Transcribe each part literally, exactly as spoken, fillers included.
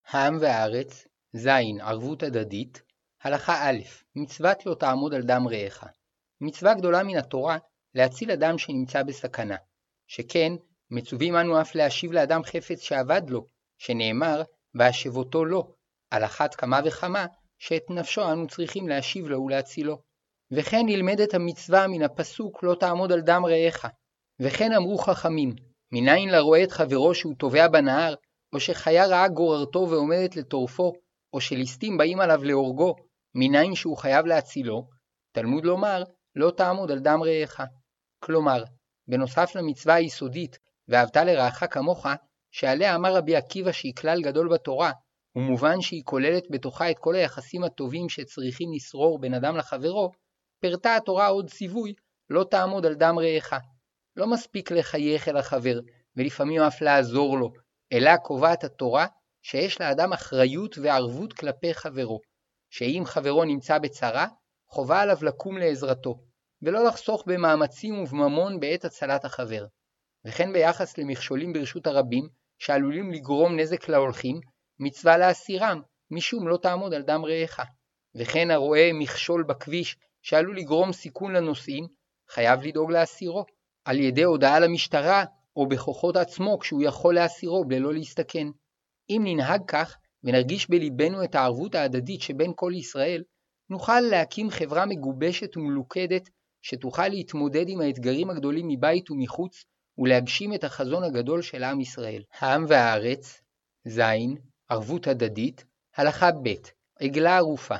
העם והארץ, זין, ערבות הדדית, הלכה א', מצוות לא תעמוד על דם רעך. מצווה גדולה מן התורה להציל אדם שנמצא בסכנה, שכן מצווים אנו אף להשיב לאדם חפץ שאבד לו, שנאמר והשבותו לו, על אחת כמה וכמה שאת נפשו אנו צריכים להשיב לו ולהצילו. וכן נלמדת המצווה מן הפסוק לא תעמוד על דם רעך. וכן אמרו חכמים, מניין לרואה את חברו שהוא טובע בנהר, או שחיה רעה גוררתו ועומדת לטורפו, או שליסטים באים עליו להורגו, מניין שהוא חייב להצילו, תלמוד לומר, לא תעמוד על דם רעך. כלומר, בנוסף למצווה היסודית, ואהבת לרעך כמוך, שעליה אמר רבי עקיבא שהיא כלל גדול בתורה, ומובן שהיא כוללת בתוכה את כל היחסים הטובים שצריכים לשרור בין אדם לחברו, פרטה התורה עוד ציווי, לא תעמוד על דם רעך. לא מספיק לחייך אל החבר, ולפעמים אף לעזור לו, אלא קובעת התורה שיש לאדם אחריות וערבות כלפי חברו, שאם חברו נמצא בצרה, חובה עליו לקום לעזרתו, ולא לחסוך במאמצים ובממון בעת הצלת החבר. וכן ביחס למכשולים ברשות הרבים, שעלולים לגרום נזק להולכים, מצווה להסירם, משום לא תעמוד על דם רעך. וכן הרואה מכשול בכביש שעלול לגרום סיכון לנוסעים, חייב לדאוג להסירו, על ידי הודעה למשטרה, או בכוחות עצמו כשהוא יכול להסירו בלא להסתכן. אם ננהג כך, ונרגיש בליבנו את הערבות ההדדית שבין כל ישראל, נוכל להקים חברה מגובשת ומלוכדת, שתוכל להתמודד עם האתגרים הגדולים מבית ומחוץ, ולהגשים את החזון הגדול של עם ישראל. העם והארץ, זין, ערבות הדדית, הלכה ב', עגלה ערופה.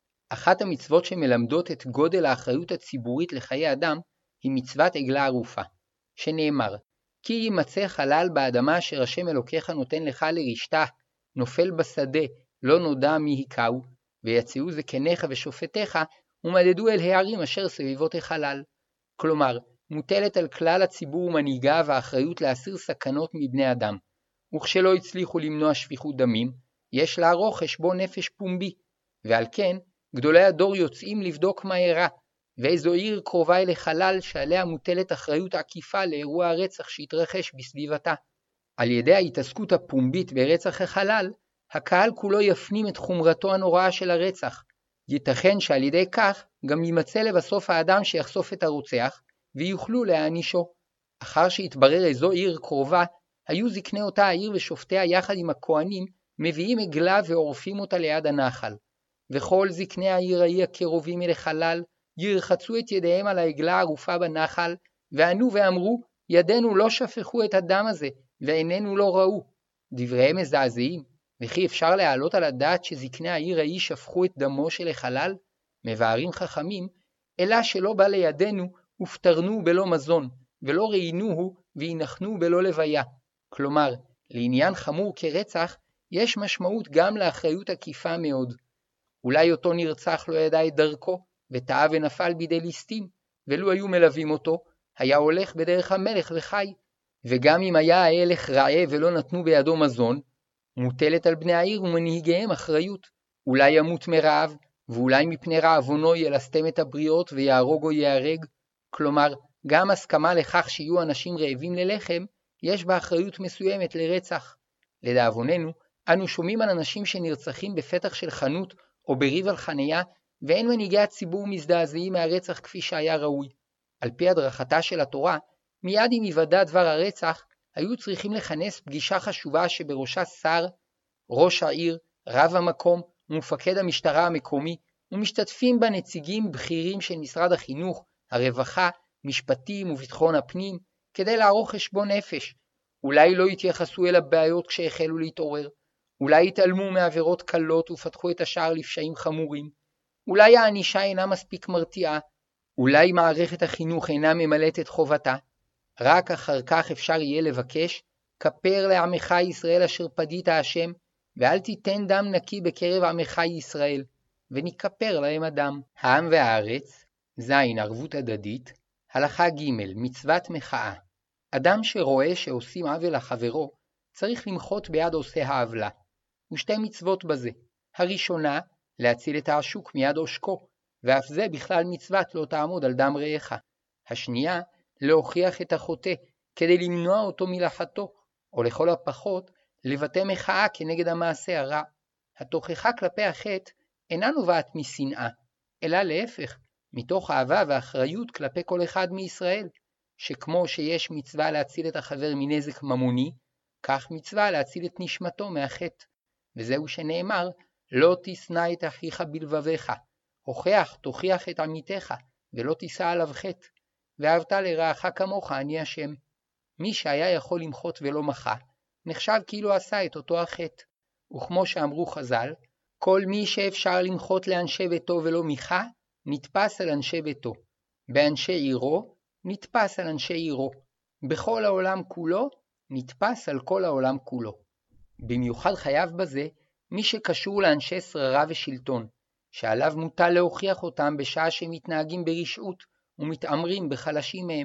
אחת המצוות שמלמדות את גודל האחריות הציבורית לחיי אדם, היא מצוות עגלה ערופה, שנאמר, כי יימצא חלל באדמה אשר השם אלוקיך נותן לך לרשתה, נופל בשדה, לא נודע מי היכהו, ויצאו זקניך ושופטיך, ומדדו אל הערים אשר סביבות החלל. כלומר, מוטלת על כלל הציבור ומנהיגיו האחריות להסיר סכנות מבני אדם, וכשלא הצליחו למנוע שפיכות דמים, יש לערוך חשבון נפש פומבי, ועל כן, גדולי הדור יוצאים לבדוק מה אירע, ואיזו עיר קרובה אל החלל שעליה מוטלת אחריות עקיפה לאירוע הרצח שהתרחש בסביבתה. על ידי ההתעסקות הפומבית ברצח החלל, הקהל כולו יפנים את חומרתו הנוראה של הרצח. ייתכן שעל ידי כך גם יימצא לבסוף האדם שיחשוף את הרוצח, ויוכלו להענישו. אחר שהתברר איזו עיר קרובה, היו זקני אותה העיר ושופטיה יחד עם הכהנים, מביאים עגלה ועורפים אותה ליד הנחל. וכל זקני העיר ההיא הקרובים אל החלל, ירחצו את ידיהם על העגלה הערופה בנחל, וענו ואמרו, ידינו לא שפכו את הדם הזה, ועינינו לא ראו. דבריהם מזעזעים, וכי אפשר להעלות על הדעת שזקני העיר ההיא שפכו את דמו של החלל? מבארים חכמים, אלא שלא בא לידינו, ופטרנו בלא מזון, ולא ראינוהו, והנחנו בלא לוויה. כלומר, לעניין חמור כרצח, יש משמעות גם לאחריות עקיפה מאוד. אולי אותו נרצח לא ידע את דרכו, וטעה ונפל בידי ליסטים, ולו היו מלווים אותו, היה הולך בדרך המלך וחי. וגם אם היה ההלך רעה ולא נתנו בידו מזון, מוטלת על בני העיר ומנהיגיהם אחריות. אולי ימות מרעב, ואולי מפני רעבונו ילסתם את הבריות ויהרוג או ייהרג. כלומר, גם הסכמה לכך שיהיו אנשים רעבים ללחם, יש בה אחריות מסוימת לרצח. לדאבוננו, אנו שומעים על אנשים שנרצחים בפתח של חנות או בריב על חניה, ואין מנהיגי הציבור מזדעזעים מהרצח כפי שהיה ראוי. על פי הדרכתה של התורה, מיד עם היוודע דבר הרצח, היו צריכים לכנס פגישה חשובה שבראשה שר, ראש העיר, רב המקום ומפקד המשטרה המקומי, ומשתתפים בה נציגים בכירים של משרד החינוך, הרווחה, משפטים וביטחון הפנים, כדי לערוך חשבון נפש. אולי לא התייחסו אל הבעיות כשהחלו להתעורר, אולי התעלמו מעבירות קלות ופתחו את השער לפשעים חמורים, אולי הענישה אינה מספיק מרתיעה, אולי מערכת החינוך אינה ממלאת את חובתה. רק אחר כך אפשר יהיה לבקש, כפר לעמך ישראל אשר פדית השם, ואל תיתן דם נקי בקרב עמך ישראל, ונכפר להם הדם. העם והארץ, זין, ערבות הדדית, הלכה ג', מצוות מחאה. אדם שרואה שעושים עוול לחברו, צריך למחות ביד עושה העוולה. ושתי מצוות בזה. הראשונה, להציל את העשוק מיד עושקו, ואף זה בכלל מצוות לא תעמוד על דם רעך. השנייה, להוכיח את החוטא, כדי למנוע אותו מלחתו, או לכל הפחות, לבטא מחאה כנגד המעשה הרע. התוכחה כלפי החטא אינה נובעת משנאה, אלא להפך, מתוך אהבה ואחריות כלפי כל אחד מישראל, שכמו שיש מצווה להציל את החבר מנזק ממוני, כך מצווה להציל את נשמתו מהחטא. וזהו שנאמר, לא תשנא את אחיך בלבביך, הוכח תוכיח את עמיתך, ולא תישא עליו חטא. ואהבת לרעך כמוך, אני השם. מי שהיה יכול למחות ולא מחה, נחשב כאילו עשה את אותו החטא. וכמו שאמרו חז"ל, כל מי שאפשר למחות לאנשי ביתו ולא מיכה, נתפס על אנשי ביתו. באנשי עירו, נתפס על אנשי עירו. בכל העולם כולו, נתפס על כל העולם כולו. במיוחד חייב בזה מי שקשור לאנשי שררה ושלטון, שעליו מוטל להוכיח אותם בשעה שהם מתנהגים ברשעות ומתאמרים בחלשים מהם.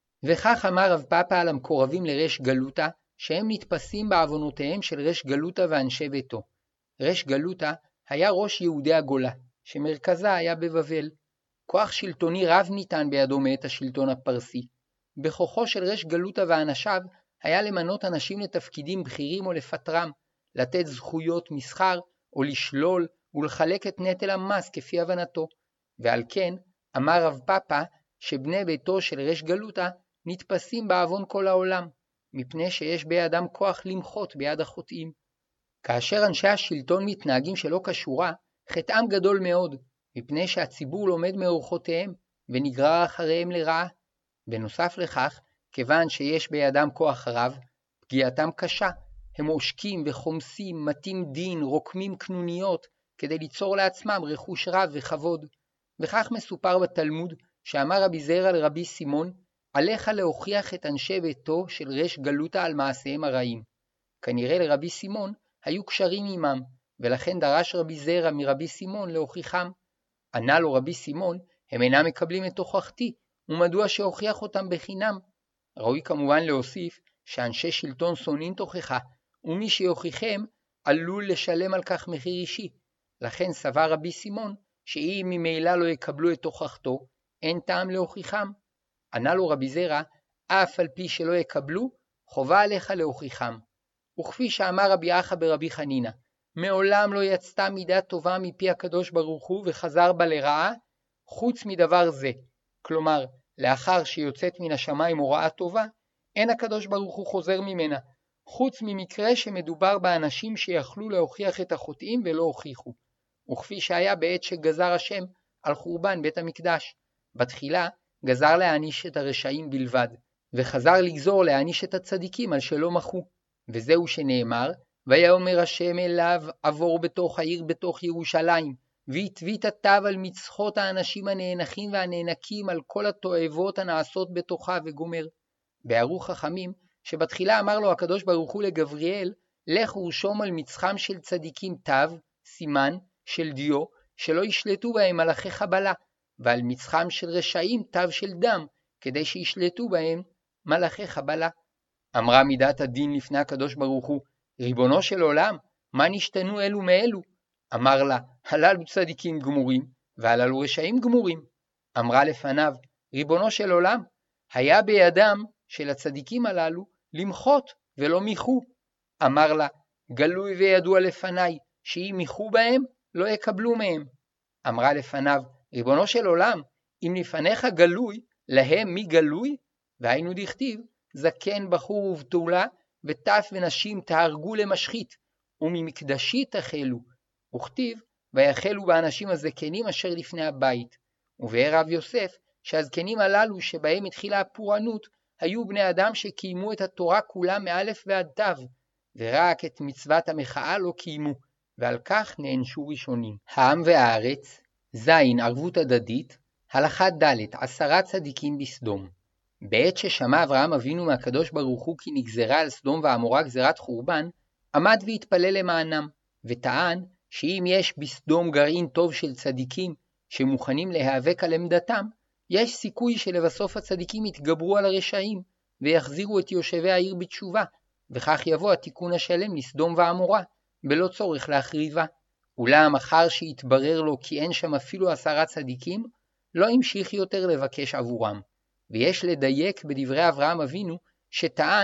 וכך אמר רב פאפא על המקורבים לרש גלותא, שהם נתפסים בעוונותיהם של רש גלותא ואנשי ביתו. רש גלותא היה ראש יהודי הגולה, שמרכזה היה בבבל. כוח שלטוני רב ניתן בידו מאת השלטון הפרסי. בכוחו של רש גלותא ואנשיו היה למנות אנשים לתפקידים בכירים או לפטרם, לתת זכויות מסחר או לשלול ולחלק את נטל המס כפי הבנתו. ועל כן אמר רב פאפא שבני ביתו של רש גלותא נתפסים בעוון כל העולם, מפני שיש בידם כוח למחות ביד החוטאים. כאשר אנשי השלטון מתנהגים שלא כשורה, חטאם גדול מאוד, מפני שהציבור לומד מאורחותיהם ונגרר אחריהם לרעה. בנוסף לכך, כיוון שיש בידם כוח רב, פגיעתם קשה. הם עושקים וחומסים, מתים דין, רוקמים קנוניות, כדי ליצור לעצמם רכוש רב וכבוד. וכך מסופר בתלמוד שאמר רבי זירא לרבי סימון, עליך להוכיח את אנשי ביתו של רש גלותא על מעשיהם הרעים. כנראה לרבי סימון היו קשרים עמם, ולכן דרש רבי זירא מרבי סימון להוכיחם. ענה לו רבי סימון, הם אינם מקבלים את תוכחתי, ומדוע שהוכיח אותם בחינם? ראוי כמובן להוסיף שאנשי שלטון שונאים תוכחה, ומי שיוכיחם עלול לשלם על כך מחיר אישי. לכן סבר רבי סימון שאם ממילא לא יקבלו את תוכחתו, אין טעם להוכיחם. ענה לו רבי זירא, אף על פי שלא יקבלו, חובה עליך להוכיחם. וכפי שאמר רבי אחא ברבי חנינא, מעולם לא יצתה מידה טובה מפי הקדוש ברוך הוא וחזר בה לרעה, חוץ מדבר זה. כלומר, לאחר שיוצאת מן השמיים הוראה טובה, אין הקדוש ברוך הוא חוזר ממנה, חוץ ממקרה שמדובר באנשים שיכלו להוכיח את החוטאים ולא הוכיחו. וכפי שהיה בעת שגזר השם על חורבן בית המקדש. בתחילה גזר להעניש את הרשעים בלבד, וחזר לגזור להעניש את הצדיקים על שלא מחו. וזהו שנאמר, ויאמר השם אליו עבור בתוך העיר בתוך ירושלים, והתווית תו על מצחות האנשים הנאנחים והנאנקים על כל התועבות הנעשות בתוכה וגומר. בערו חכמים שבתחילה אמר לו הקדוש ברוך הוא לגבריאל, לך ורשום על מצחם של צדיקים תו, סימן, של דיו, שלא ישלטו בהם מלאכי חבלה, ועל מצחם של רשעים תו של דם, כדי שישלטו בהם מלאכי חבלה. אמרה מידת הדין לפני הקדוש ברוך הוא, ריבונו של עולם, מה נשתנו אלו מאלו? אמר לה, הללו צדיקים גמורים, והללו רשעים גמורים. אמרה לפניו, ריבונו של עולם, היה בידם של הצדיקים הללו למחות ולא מיחו. אמר לה, גלוי וידוע לפניי, שאם מיחו בהם, לא יקבלו מהם. אמרה לפניו, ריבונו של עולם, אם לפניך גלוי, להם מי גלוי? והיינו דכתיב, זקן בחור ובתולה, וטף ונשים תהרגו למשחית, וממקדשי תחלו. וכתיב, ויחלו באנשים הזקנים אשר לפני הבית. ובאר רב יוסף, שהזקנים הללו שבהם התחילה הפורענות, היו בני אדם שקיימו את התורה כולה מאלף ועד תו, ורק את מצוות המחאה לא קיימו, ועל כך נענשו ראשונים. העם והארץ, זין ערבות הדדית, הלכה ד' עשרה צדיקים בסדום. בעת ששמע אברהם אבינו מהקדוש ברוך הוא כי נגזרה על סדום ועמורה גזירת חורבן, עמד והתפלל למענם, וטען שאם יש בסדום גרעין טוב של צדיקים שמוכנים להיאבק על עמדתם, יש סיכוי שלבסוף הצדיקים יתגברו על הרשעים ויחזירו את יושבי העיר בתשובה, וכך יבוא התיקון השלם לסדום ועמורה, בלא צורך להחריבה. אולם אחר שיתברר לו כי אין שם אפילו עשרה צדיקים, לא המשיך יותר לבקש עבורם. ויש לדייק בדברי אברהם אבינו שטען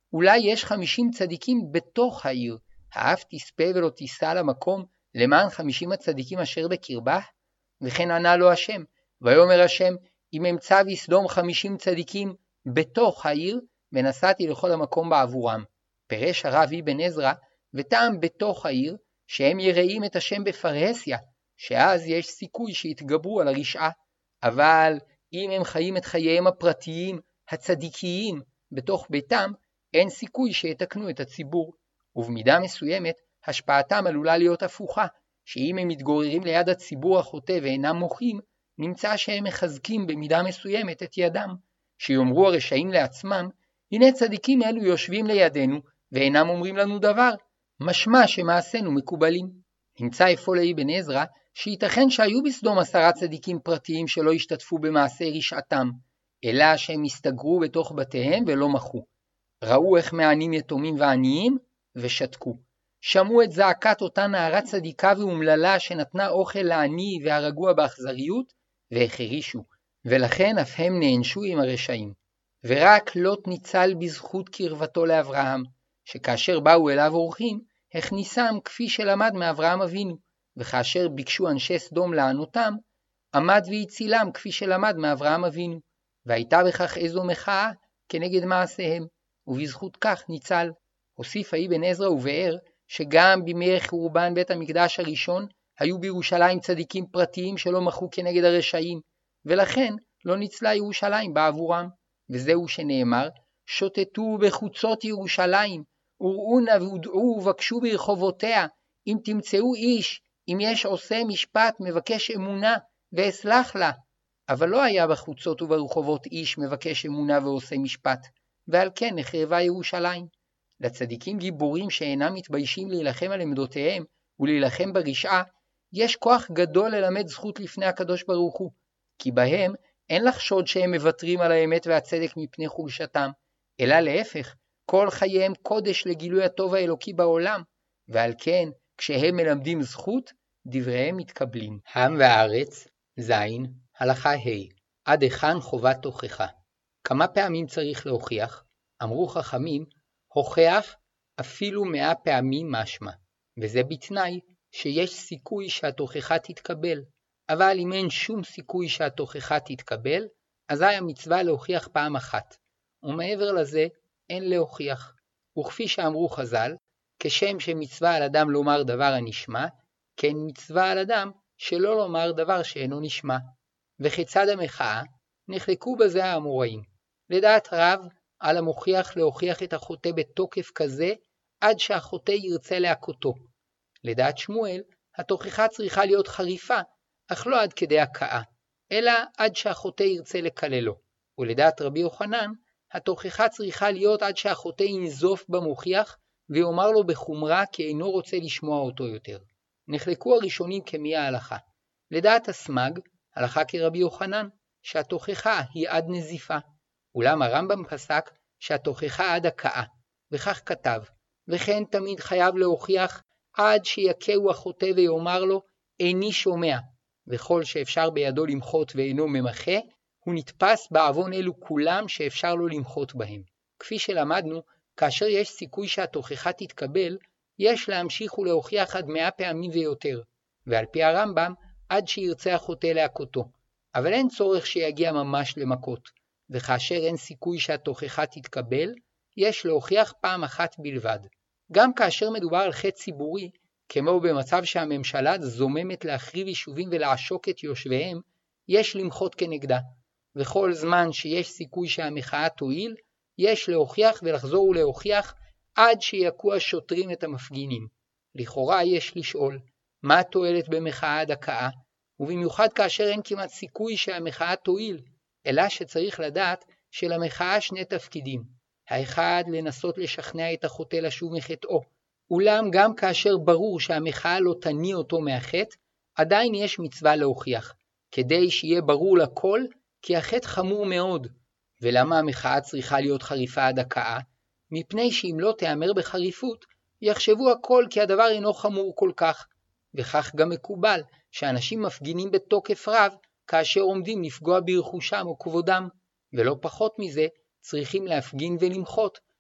אולי יש חמישים צדיקים בתוך העיר, האף תספה ולא תיסע למקום למען חמישים הצדיקים אשר בקרבה? וכן ענה לו השם, ויאמר השם, אם אמצא בסדום חמישים צדיקים בתוך העיר, ונסעתי לכל המקום בעבורם. פירש הרב אבן עזרא, וטעם בתוך העיר, שהם יראים את השם בפרהסיה, שאז יש סיכוי שיתגברו על הרשעה. אבל אם הם חיים את חייהם הפרטיים, הצדיקיים, בתוך ביתם, אין סיכוי שיתקנו את הציבור. ובמידה מסוימת, השפעתם עלולה להיות הפוכה, שאם הם מתגוררים ליד הציבור החוטא ואינם מוחים, נמצא שהם מחזקים במידה מסוימת את ידם. שיאמרו הרשעים לעצמם, הנה צדיקים אלו יושבים לידינו, ואינם אומרים לנו דבר, משמע שמעשינו מקובלים. נמצא אפוא לאבן עזרא, שייתכן שהיו בסדום עשרה צדיקים פרטיים שלא השתתפו במעשי רשעתם, אלא שהם הסתגרו בתוך בתיהם ולא מחו. ראו איך מענים יתומים ועניים, ושתקו. שמעו את זעקת אותה נערה צדיקה ואומללה שנתנה אוכל לעני והרגוע באכזריות, והחרישו, ולכן אף הם נענשו עם הרשעים. ורק לוט ניצל בזכות קרבתו לאברהם, שכאשר באו אליו אורחים, הכניסם כפי שלמד מאברהם אבינו, וכאשר ביקשו אנשי סדום לענותם, עמד והצילם כפי שלמד מאברהם אבינו, והייתה בכך איזו מחאה כנגד מעשיהם, ובזכות כך ניצל. הוסיף אבן עזרא ובאר שגם בימי חורבן בית המקדש הראשון היו בירושלים צדיקים פרטיים שלא מחו כנגד הרשעים, ולכן לא ניצלה ירושלים בעבורם. וזהו שנאמר, שוטטו בחוצות ירושלים, וראו נא והודעו ובקשו ברחובותיה, אם תמצאו איש, אם יש עושה משפט מבקש אמונה, ואסלח לה. אבל לא היה בחוצות וברחובות איש מבקש אמונה ועושה משפט, ועל כן נחרבה ירושלים. לצדיקים גיבורים שאינם מתביישים להילחם על עמדותיהם ולהילחם ברשעה, יש כוח גדול ללמד זכות לפני הקדוש ברוך הוא, כי בהם אין לחשוד שהם מוותרים על האמת והצדק מפני חולשתם, אלא להפך, כל חייהם קודש לגילוי הטוב האלוקי בעולם, ועל כן, כשהם מלמדים זכות, דבריהם מתקבלים. עם והארץ, זין, הלכה ה' עד היכן חובת הוכחה. כמה פעמים צריך להוכיח? אמרו חכמים, הוכח אפילו מאה פעמים משמע, וזה בתנאי שיש סיכוי שהתוכחה תתקבל. אבל אם אין שום סיכוי שהתוכחה תתקבל, אזי המצווה להוכיח פעם אחת, ומעבר לזה אין להוכיח. וכפי שאמרו חז"ל, כשם שמצווה על אדם לומר דבר הנשמע, כן מצווה על אדם שלא לומר דבר שאינו נשמע. וכיצד המחאה? נחלקו בזה האמוראים. לדעת רב, על המוכיח להוכיח את החוטא בתוקף כזה, עד שהחוטא ירצה להכותו. לדעת שמואל, התוכחה צריכה להיות חריפה, אך לא עד כדי הכאה, אלא עד שהחוטא ירצה לקללו. ולדעת רבי יוחנן, התוכחה צריכה להיות עד שהחוטא ינזוף במוכיח, ויאמר לו בחומרה כי אינו רוצה לשמוע אותו יותר. נחלקו הראשונים כמי ההלכה. לדעת הסמג, הלכה כרבי יוחנן, שהתוכחה היא עד נזיפה. אולם הרמב"ם פסק שהתוכחה עד הכאה, וכך כתב, וכן תמיד חייב להוכיח עד שיקהו החוטא ויאמר לו, איני שומע, וכל שאפשר בידו למחות ואינו ממחה, הוא נתפס בעוון אלו כולם שאפשר לו למחות בהם. כפי שלמדנו, כאשר יש סיכוי שהתוכחה תתקבל, יש להמשיך ולהוכיח עד מאה פעמים ויותר, ועל פי הרמב"ם, עד שירצה החוטא להכותו. אבל אין צורך שיגיע ממש למכות, וכאשר אין סיכוי שהתוכחה תתקבל, יש להוכיח פעם אחת בלבד. גם כאשר מדובר על חטא ציבורי, כמו במצב שהממשלה זוממת להחריב יישובים ולעשוק את יושביהם, יש למחות כנגדה. וכל זמן שיש סיכוי שהמחאה תועיל, יש להוכיח ולחזור ולהוכיח עד שיכו השוטרים את המפגינים. לכאורה יש לשאול, מה התועלת במחאה עד הכאה? ובמיוחד כאשר אין כמעט סיכוי שהמחאה תועיל, אלא שצריך לדעת שלמחאה שני תפקידים. האחד, לנסות לשכנע את החוטא לשוב מחטאו. אולם גם כאשר ברור שהמחאה לא תניע אותו מהחטא, עדיין יש מצווה להוכיח, כדי שיהיה ברור לכל כי החטא חמור מאוד. ולמה המחאה צריכה להיות חריפה עד הכאה? מפני שאם לא תיאמר בחריפות, יחשבו הכל כי הדבר אינו חמור כל כך. וכך גם מקובל שאנשים מפגינים בתוקף רב כאשר עומדים לפגוע ברכושם או כבודם, ולא פחות מזה צריכים להפגין ולמחות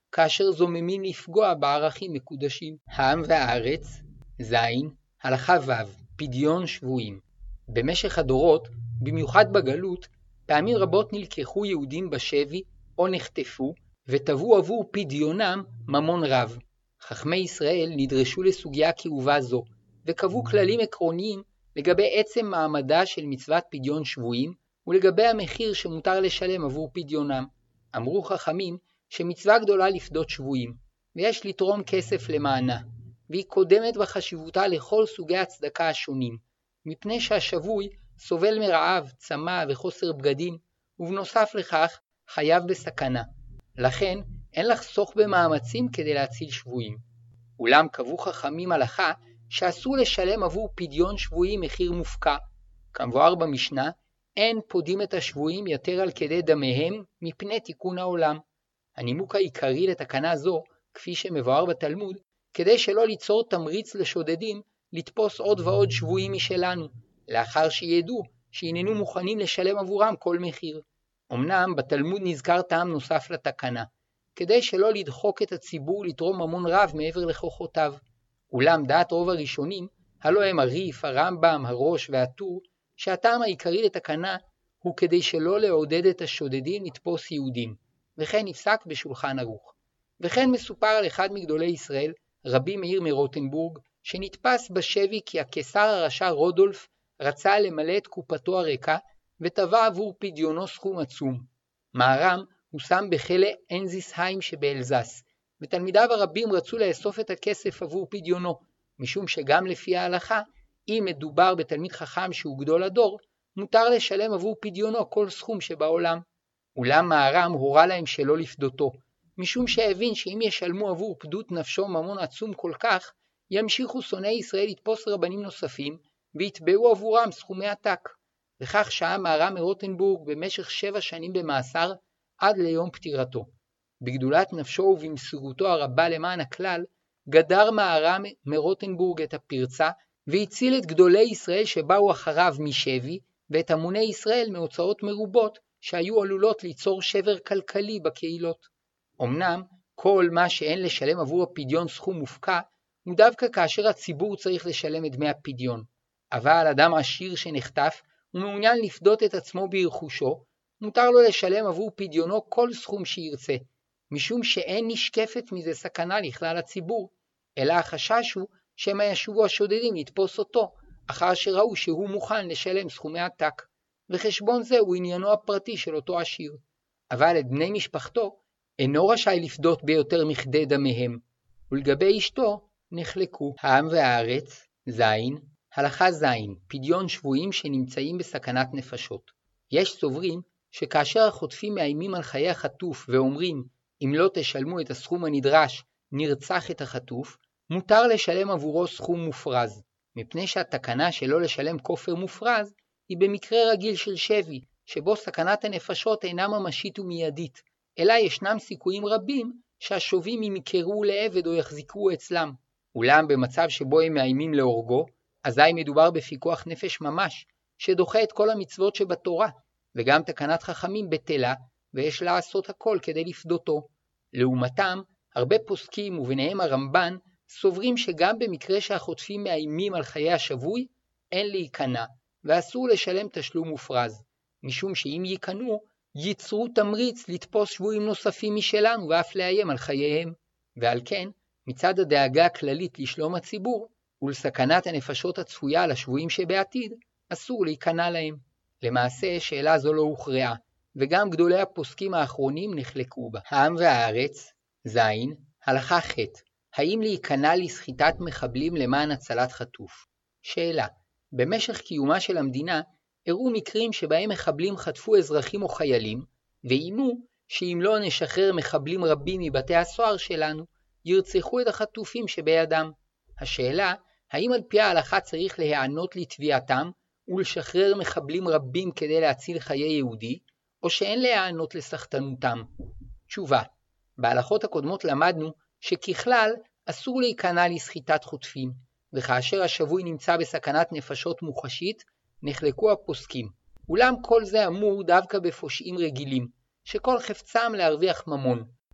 כאשר זוממים לפגוע בערכים מקודשים. העם והארץ, זין, הלכה ו' פדיון שבויים. במשך הדורות, במיוחד בגלות, פעמים רבות נלקחו יהודים בשבי או נחטפו וטבעו עבור פדיונם ממון רב. חכמי ישראל נדרשו לסוגיה כאובה זו וקבעו כללים עקרוניים לגבי עצם מעמדה של מצוות פדיון שבויים ולגבי המחיר שמותר לשלם עבור פדיונם. אמרו חכמים שמצווה גדולה לפדות שבויים ויש לתרום כסף למענה, והיא קודמת בחשיבותה לכל סוגי הצדקה השונים, מפני שהשבוי סובל מרעב, צמא וחוסר בגדים, ובנוסף לכך חייב בסכנה. לכן אין לחסוך במאמצים כדי להציל שבויים. אולם קבעו חכמים הלכה שאסור לשלם עבור פדיון שבויים מחיר מופקע. כמבואר במשנה, אין פודים את השבויים יותר על כדי דמיהם מפני תיקון העולם. הנימוק העיקרי לתקנה זו, כפי שמבואר בתלמוד, כדי שלא ליצור תמריץ לשודדים לתפוס עוד ועוד שבויים משלנו, לאחר שידעו שהננו מוכנים לשלם עבורם כל מחיר. אמנם בתלמוד נזכר טעם נוסף לתקנה, כדי שלא לדחוק את הציבור לתרום ממון רב מעבר לכוחותיו. אולם דעת רוב הראשונים, הלא הם הריף, הרמב"ם, הראש והטור, שהטעם העיקרי לתקנה הוא כדי שלא לעודד את השודדים לתפוס יהודים, וכן נפסק בשולחן ערוך. וכן מסופר על אחד מגדולי ישראל, רבי מאיר מרוטנבורג, שנתפס בשבי כי הקיסר הרשע רודולף רצה למלא את קופתו הריקה וטבע עבור פדיונו סכום עצום. מהר"ם הושם בכלא אנזיסהיים שבאלזס, ותלמידיו הרבים רצו לאסוף את הכסף עבור פדיונו, משום שגם לפי ההלכה, אם מדובר בתלמיד חכם שהוא גדול הדור, מותר לשלם עבור פדיונו כל סכום שבעולם. אולם מהר"ם הורה להם שלא לפדותו, משום שהבין שאם ישלמו עבור פדות נפשו ממון עצום כל כך, ימשיכו שונאי ישראל לתפוס רבנים נוספים, ויתבעו עבורם סכומי עתק. וכך שהה מהר"ם מרוטנבורג במשך שבע שנים במאסר, עד ליום פטירתו. בגדולת נפשו ובמסירותו הרבה למען הכלל, גדר מהר"ם מרוטנבורג את הפרצה, והציל את גדולי ישראל שבאו אחריו משבי, ואת המוני ישראל מהוצאות מרובות, שהיו עלולות ליצור שבר כלכלי בקהילות. אמנם, כל מה שאין לשלם עבור הפדיון סכום מופקע, הוא דווקא כאשר הציבור צריך לשלם את דמי הפדיון. אבל אדם עשיר שנחטף, ומעוניין לפדות את עצמו ברכושו, מותר לו לשלם עבור פדיונו כל סכום שירצה, משום שאין נשקפת מזה סכנה לכלל הציבור, אלא החשש הוא שמא ישובו השודדים לתפוס אותו, אחר שראו שהוא מוכן לשלם סכומי עתק, וחשבון זה הוא עניינו הפרטי של אותו עשיר. אבל את בני משפחתו אינו רשאי לפדות ביותר מכדי דמיהם, ולגבי אשתו נחלקו. העם והארץ, זין, הלכה זין, פדיון שבויים שנמצאים בסכנת נפשות. יש סוברים שכאשר החוטפים מאיימים על חיי החטוף ואומרים, אם לא תשלמו את הסכום הנדרש, נרצח את החטוף, מותר לשלם עבורו סכום מופרז, מפני שהתקנה שלא לשלם כופר מופרז היא במקרה רגיל של שבי, שבו סכנת הנפשות אינה ממשית ומיידית, אלא ישנם סיכויים רבים שהשובים ימכרו לעבד או יחזיקו אצלם. אולם במצב שבו הם מאיימים להורגו, אזי מדובר בפיקוח נפש ממש, שדוחה את כל המצוות שבתורה, וגם תקנת חכמים בטלה, ויש לעשות הכל כדי לפדותו. לעומתם, הרבה פוסקים וביניהם הרמב"ן, סוברים שגם במקרה שהחוטפים מאיימים על חיי השבוי, אין להיכנע, ואסור לשלם תשלום מופרז, משום שאם ייכנעו, ייצרו תמריץ לתפוס שבויים נוספים משלנו ואף לאיים על חייהם. ועל כן, מצד הדאגה הכללית לשלום הציבור, ולסכנת הנפשות הצפויה לשבויים שבעתיד, אסור להיכנע להם. למעשה, שאלה זו לא הוכרעה, וגם גדולי הפוסקים האחרונים נחלקו בה. העם והארץ, זין, הלכה ח' האם להיכנע לסחיטת מחבלים למען הצלת חטוף? שאלה, במשך קיומה של המדינה, הראו מקרים שבהם מחבלים חטפו אזרחים או חיילים, ואימו שאם לא נשחרר מחבלים רבים מבתי הסוהר שלנו, ירצחו את החטופים שבידם. השאלה, האם על פי ההלכה צריך להיענות לתביעתם ולשחרר מחבלים רבים כדי להציל חיי יהודי, או שאין להיענות לסחטנותם? תשובה, בהלכות הקודמות למדנו שככלל אסור להיכנע לסחיטת חוטפים, וכאשר השבוי נמצא בסכנת נפשות מוחשית, נחלקו הפוסקים. אולם כל זה אמור דווקא בפושעים רגילים, שכל חפצם להרוויח ממון,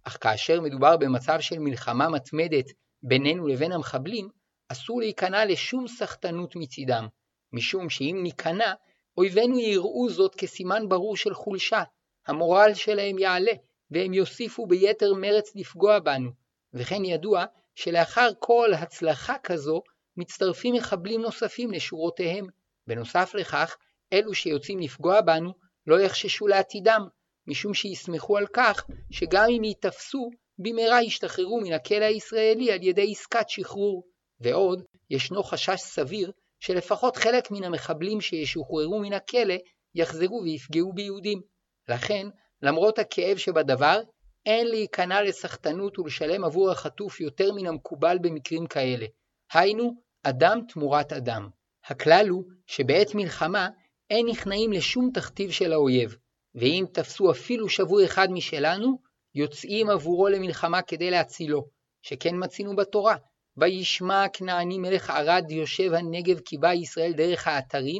אך כאשר מדובר במצב של מלחמה מתמדת בינינו לבין המחבלים, אסור להיכנע לשום סחטנות מצידם, משום שאם ניכנע, אויבינו יראו זאת כסימן ברור של חולשה, המורל שלהם יעלה, והם יוסיפו ביתר מרץ לפגוע בנו, וכן ידוע שלאחר כל הצלחה כזו, מצטרפים מחבלים נוספים לשורותיהם. בנוסף לכך, אלו שיוצאים לפגוע בנו לא יחששו לעתידם, משום שיסמכו על כך שגם אם ייתפסו, במהרה ישתחררו מן הכלא הישראלי על ידי עסקת שחרור. ועוד, ישנו חשש סביר שלפחות חלק מן המחבלים שישוחררו מן הכלא יחזרו ויפגעו ביהודים. לכן, למרות הכאב שבדבר, אין להיכנע לסחטנות ולשלם עבור החטוף יותר מן המקובל במקרים כאלה. היינו, אדם תמורת אדם. הכלל הוא שבעת מלחמה אין נכנעים לשום תכתיב של האויב, ואם תפסו אפילו שבוי אחד משלנו, יוצאים עבורו למלחמה כדי להצילו, שכן מצינו בתורה. וישמע הכנעני מלך ערד יושב הנגב כי בא ישראל דרך האתרים,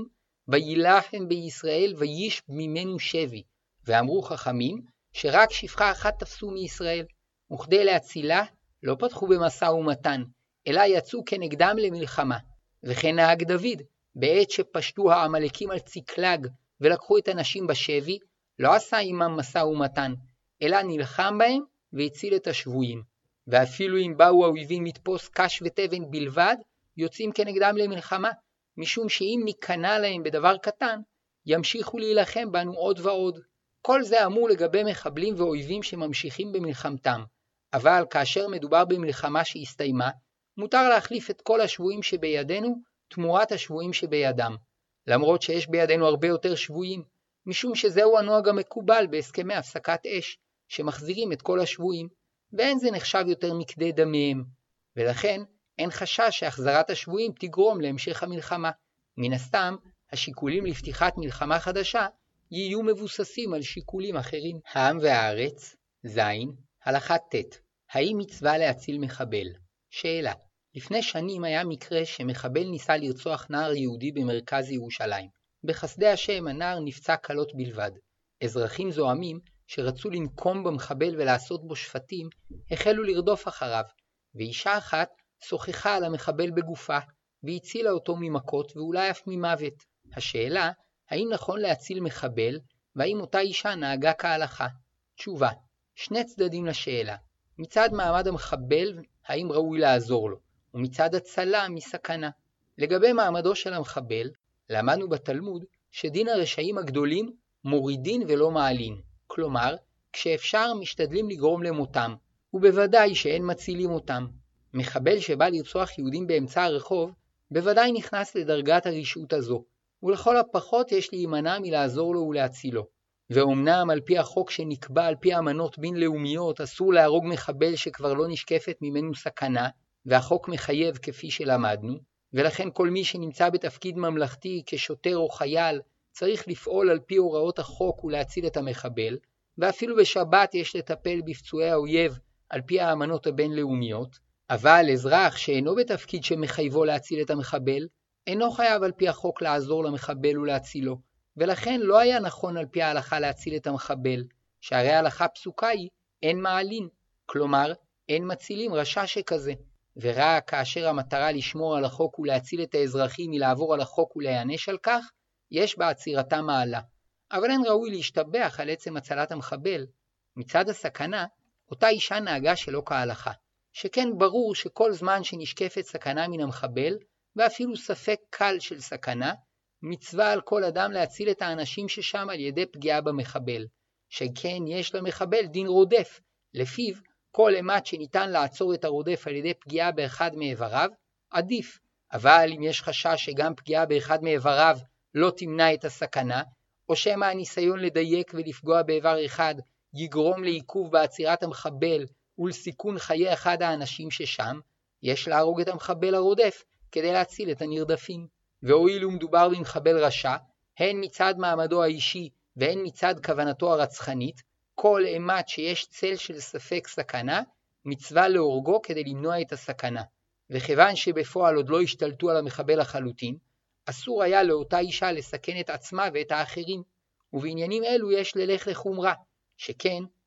וילחם בישראל ויש ממנו שבי. ואמרו חכמים שרק שפחה אחת תפסו מישראל, וכדי להצילה לא פתחו במשא ומתן, אלא יצאו כנגדם למלחמה. וכן נהג דוד, בעת שפשטו העמלקים על ציקלג ולקחו את הנשים בשבי, לא עשה עמם משא ומתן, אלא נלחם בהם והציל את השבויים. ואפילו אם באו האויבים לתפוס קש ותבן בלבד, יוצאים כנגדם למלחמה, משום שאם ניכנע להם בדבר קטן, ימשיכו להילחם בנו עוד ועוד. כל זה אמור לגבי מחבלים ואויבים שממשיכים במלחמתם, אבל כאשר מדובר במלחמה שהסתיימה, מותר להחליף את כל השבויים שבידינו תמורת השבויים שבידם, למרות שיש בידינו הרבה יותר שבויים, משום שזהו הנוהג המקובל בהסכמי הפסקת אש, שמחזירים את כל השבויים, ואין זה נחשב יותר מכדי דמיהם, ולכן אין חשש שהחזרת השבויים תגרום להמשך המלחמה. מן הסתם, השיקולים לפתיחת מלחמה חדשה יהיו מבוססים על שיקולים אחרים. העם והארץ, זין, הלכה ט'. האם מצווה להציל מחבל? שאלה. לפני שנים היה מקרה שמחבל ניסה לרצוח נער יהודי במרכז ירושלים. בחסדי השם הנער נפצע קלות בלבד. אזרחים זועמים שרצו לנקום במחבל ולעשות בו שפטים, החלו לרדוף אחריו, ואישה אחת שוחחה על המחבל בגופה, והצילה אותו ממכות ואולי אף ממוות. השאלה, האם נכון להציל מחבל, והאם אותה אישה נהגה כהלכה? תשובה, שני צדדים לשאלה. מצד מעמד המחבל, האם ראוי לעזור לו, ומצד הצלה מסכנה. לגבי מעמדו של המחבל, למדנו בתלמוד שדין הרשעים הגדולים מורידין ולא מעלין. כלומר, כשאפשר משתדלים לגרום למותם, ובוודאי שאין מצילים אותם. מחבל שבא לרצוח יהודים באמצע הרחוב, בוודאי נכנס לדרגת הרשעות הזו, ולכל הפחות יש להימנע מלעזור לו ולהצילו. ואומנם על פי החוק שנקבע על פי אמנות בינלאומיות אסור להרוג מחבל שכבר לא נשקפת ממנו סכנה, והחוק מחייב כפי שלמדנו, ולכן כל מי שנמצא בתפקיד ממלכתי כשוטר או חייל צריך לפעול על פי הוראות החוק ולהציל את המחבל, ואפילו בשבת יש לטפל בפצועי האויב על פי האמנות הבינלאומיות, אבל אזרח שאינו בתפקיד שמחייבו להציל את המחבל, אינו חייב על פי החוק לעזור למחבל ולהצילו, ולכן לא היה נכון על פי ההלכה להציל את המחבל, שהרי ההלכה פסוקה היא אין מעלין, כלומר אין מצילים רשע שכזה, ורק כאשר המטרה לשמור על החוק ולהציל את האזרחים מלעבור על החוק ולהיענש על כך, יש בעצירתה מעלה, אבל אין ראוי להשתבח על עצם הצלת המחבל. מצד הסכנה, אותה אישה נהגה שלא כהלכה, שכן ברור שכל זמן שנשקפת סכנה מן המחבל, ואפילו ספק קל של סכנה, מצווה על כל אדם להציל את האנשים ששם על ידי פגיעה במחבל, שכן יש למחבל דין רודף, לפיו כל אימת שניתן לעצור את הרודף על ידי פגיעה באחד מאיבריו, עדיף, אבל אם יש חשש שגם פגיעה באחד מאיבריו לא תמנע את הסכנה, או שמא הניסיון לדייק ולפגוע באיבר אחד יגרום לעיכוב בעצירת המחבל ולסיכון חיי אחד האנשים ששם, יש להרוג את המחבל הרודף כדי להציל את הנרדפים. והואיל ומדובר במחבל רשע, הן מצד מעמדו האישי והן מצד כוונתו הרצחנית, כל אימת שיש צל של ספק סכנה, מצווה להורגו כדי למנוע את הסכנה. וכיוון שבפועל עוד לא השתלטו על המחבל לחלוטין, אסור היה לאותה אישה לסכן את עצמה ואת האחרים, ובעניינים אלו יש ללך לחומרה, שכן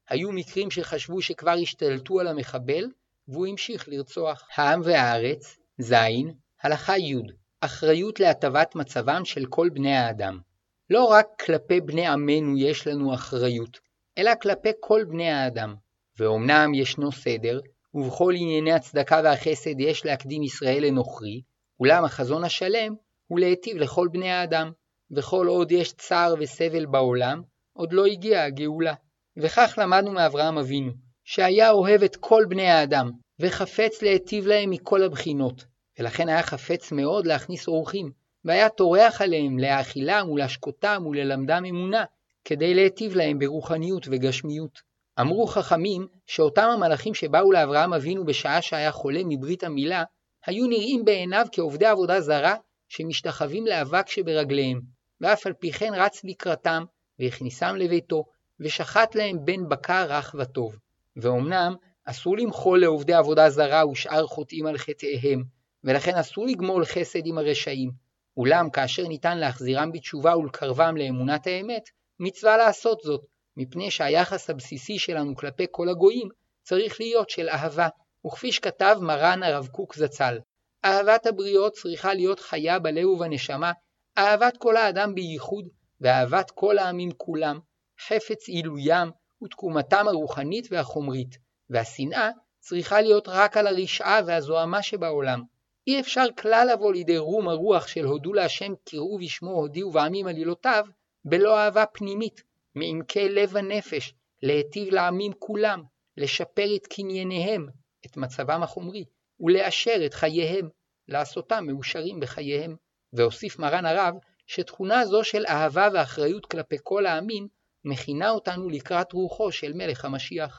היו מקרים שחשבו שכבר השתלטו על המחבל, והוא המשיך לרצוח. העם והארץ, זין, הלכה י' אחריות להטבת מצבם של כל בני האדם. לא רק כלפי בני עמנו יש לנו אחריות, אלא כלפי כל בני האדם. ואומנם ישנו סדר, ובכל ענייני הצדקה והחסד יש להקדים ישראל לנוכרי, אולם החזון השלם הוא להיטיב לכל בני האדם, וכל עוד יש צער וסבל בעולם, עוד לא הגיעה הגאולה. וכך למדנו מאברהם אבינו, שהיה אוהב את כל בני האדם, וחפץ להיטיב להם מכל הבחינות, ולכן היה חפץ מאוד להכניס אורחים, והיה טורח עליהם להאכילם ולהשקותם וללמדם אמונה, כדי להיטיב להם ברוחניות וגשמיות. אמרו חכמים שאותם המלאכים שבאו לאברהם אבינו בשעה שהיה חולה מברית המילה, היו נראים בעיניו כעובדי עבודה זרה שמשתחווים לאבק שברגליהם, ואף על פי כן רץ לקראתם והכניסם לביתו, ושחט להם בן בקר רך וטוב. ואומנם אסור למחול לעובדי עבודה זרה ושאר חוטאים על חטאיהם, ולכן אסור לגמול חסד עם הרשעים. אולם כאשר ניתן להחזירם בתשובה ולקרבם לאמונת האמת, מצווה לעשות זאת, מפני שהיחס הבסיסי שלנו כלפי כל הגויים צריך להיות של אהבה, וכפי שכתב מרן הרב קוק זצ"ל, אהבת הבריות צריכה להיות חיה בלב ובנשמה, אהבת כל האדם בייחוד, ואהבת כל העמים כולם, חפץ עילוים ותקומתם הרוחנית והחומרית, והשנאה צריכה להיות רק על הרשעה והזוהמה שבעולם. אי אפשר כלל לבוא לידי רום הרוח של הודו להשם קראו בשמו הודיעו ועמים עלילותיו, בלא אהבה פנימית, מעמקי לב הנפש, להיטיב לעמים כולם, לשפר את קנייניהם, את מצבם החומרי, ולאשר את חייהם, לעשותם מאושרים בחייהם. והוסיף מרן הרב שתכונה זו של אהבה ואחריות כלפי כל העמים, מכינה אותנו לקראת רוחו של מלך המשיח.